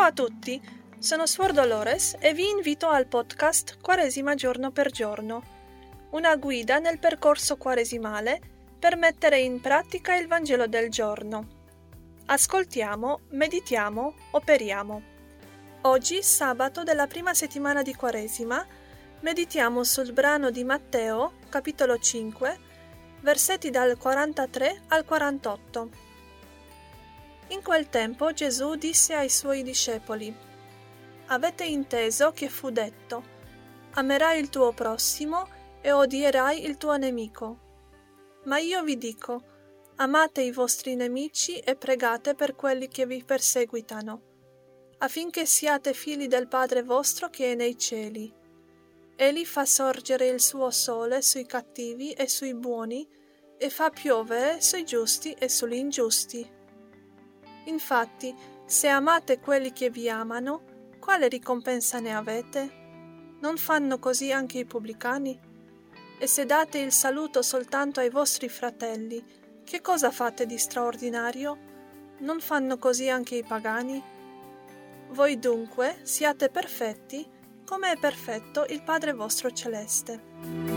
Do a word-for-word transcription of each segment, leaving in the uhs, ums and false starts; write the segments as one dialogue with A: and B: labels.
A: a tutti, sono Suor Dolores e vi invito al podcast Quaresima giorno per giorno, una guida nel percorso quaresimale per mettere in pratica il Vangelo del giorno. Ascoltiamo, meditiamo, operiamo. Oggi, sabato della prima settimana di Quaresima, meditiamo sul brano di Matteo, capitolo cinque, versetti dal quarantatré al quarantotto. In quel tempo Gesù disse ai suoi discepoli: «Avete inteso che fu detto: amerai il tuo prossimo e odierai il tuo nemico. Ma io vi dico: amate i vostri nemici e pregate per quelli che vi perseguitano, affinché siate figli del Padre vostro che è nei cieli. Egli fa sorgere il suo sole sui cattivi e sui buoni e fa piovere sui giusti e sugli ingiusti. Infatti, se amate quelli che vi amano, quale ricompensa ne avete? Non fanno così anche i pubblicani? E se date il saluto soltanto ai vostri fratelli, che cosa fate di straordinario? Non fanno così anche i pagani? Voi dunque siate perfetti, come è perfetto il Padre vostro celeste».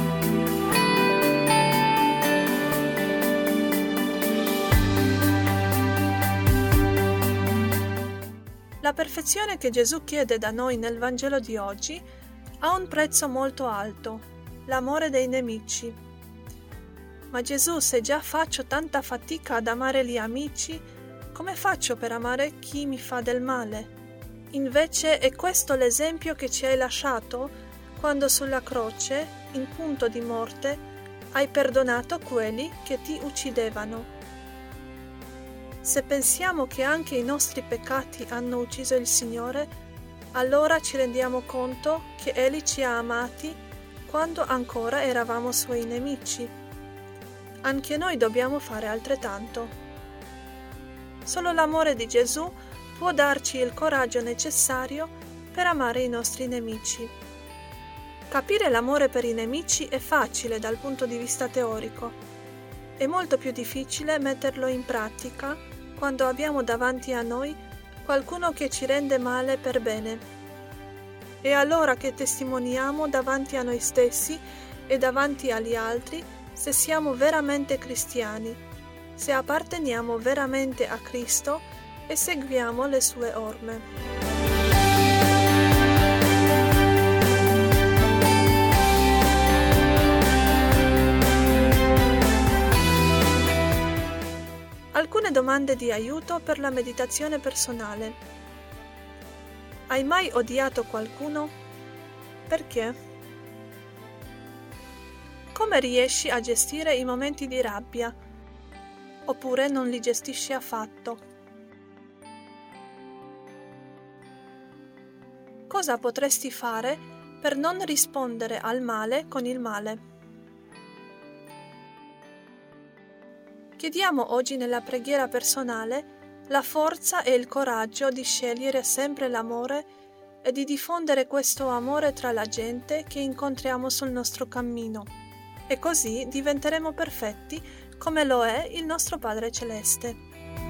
A: La perfezione che Gesù chiede da noi nel Vangelo di oggi ha un prezzo molto alto, l'amore dei nemici. Ma Gesù, se già faccio tanta fatica ad amare gli amici, come faccio per amare chi mi fa del male? Invece è questo l'esempio che ci hai lasciato quando sulla croce, in punto di morte, hai perdonato quelli che ti uccidevano. Se pensiamo che anche i nostri peccati hanno ucciso il Signore, allora ci rendiamo conto che Egli ci ha amati quando ancora eravamo Suoi nemici. Anche noi dobbiamo fare altrettanto. Solo l'amore di Gesù può darci il coraggio necessario per amare i nostri nemici. Capire l'amore per i nemici è facile dal punto di vista teorico. È molto più difficile metterlo in pratica quando abbiamo davanti a noi qualcuno che ci rende male per bene. È allora che testimoniamo davanti a noi stessi e davanti agli altri se siamo veramente cristiani, se apparteniamo veramente a Cristo e seguiamo le sue orme. Alcune domande di aiuto per la meditazione personale. Hai mai odiato qualcuno? Perché? Come riesci a gestire i momenti di rabbia? Oppure non li gestisci affatto? Cosa potresti fare per non rispondere al male con il male? Chiediamo oggi nella preghiera personale la forza e il coraggio di scegliere sempre l'amore e di diffondere questo amore tra la gente che incontriamo sul nostro cammino, e così diventeremo perfetti come lo è il nostro Padre Celeste.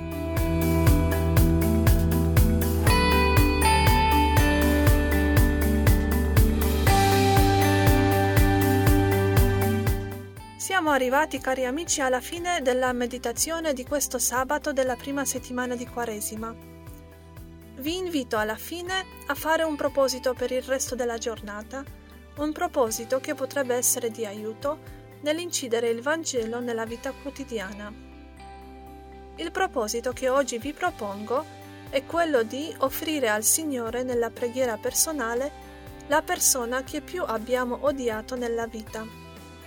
A: Siamo arrivati, cari amici, alla fine della meditazione di questo sabato della prima settimana di Quaresima. Vi invito alla fine a fare un proposito per il resto della giornata, un proposito che potrebbe essere di aiuto nell'incidere il Vangelo nella vita quotidiana. Il proposito che oggi vi propongo è quello di offrire al Signore nella preghiera personale la persona che più abbiamo odiato nella vita.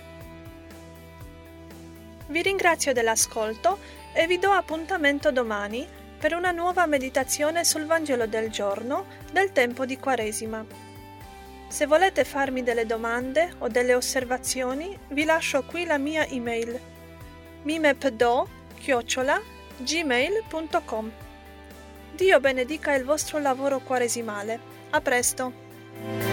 A: Vi ringrazio dell'ascolto e vi do appuntamento domani per una nuova meditazione sul Vangelo del giorno del tempo di Quaresima. Se volete farmi delle domande o delle osservazioni, vi lascio qui la mia email mimepdo chiocciola gmail punto com. Dio benedica il vostro lavoro quaresimale. A presto!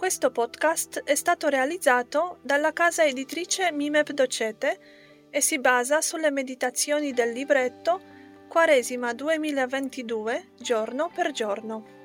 A: Questo podcast è stato realizzato dalla casa editrice Mimep Docete e si basa sulle meditazioni del libretto Quaresima duemilaventidue giorno per giorno.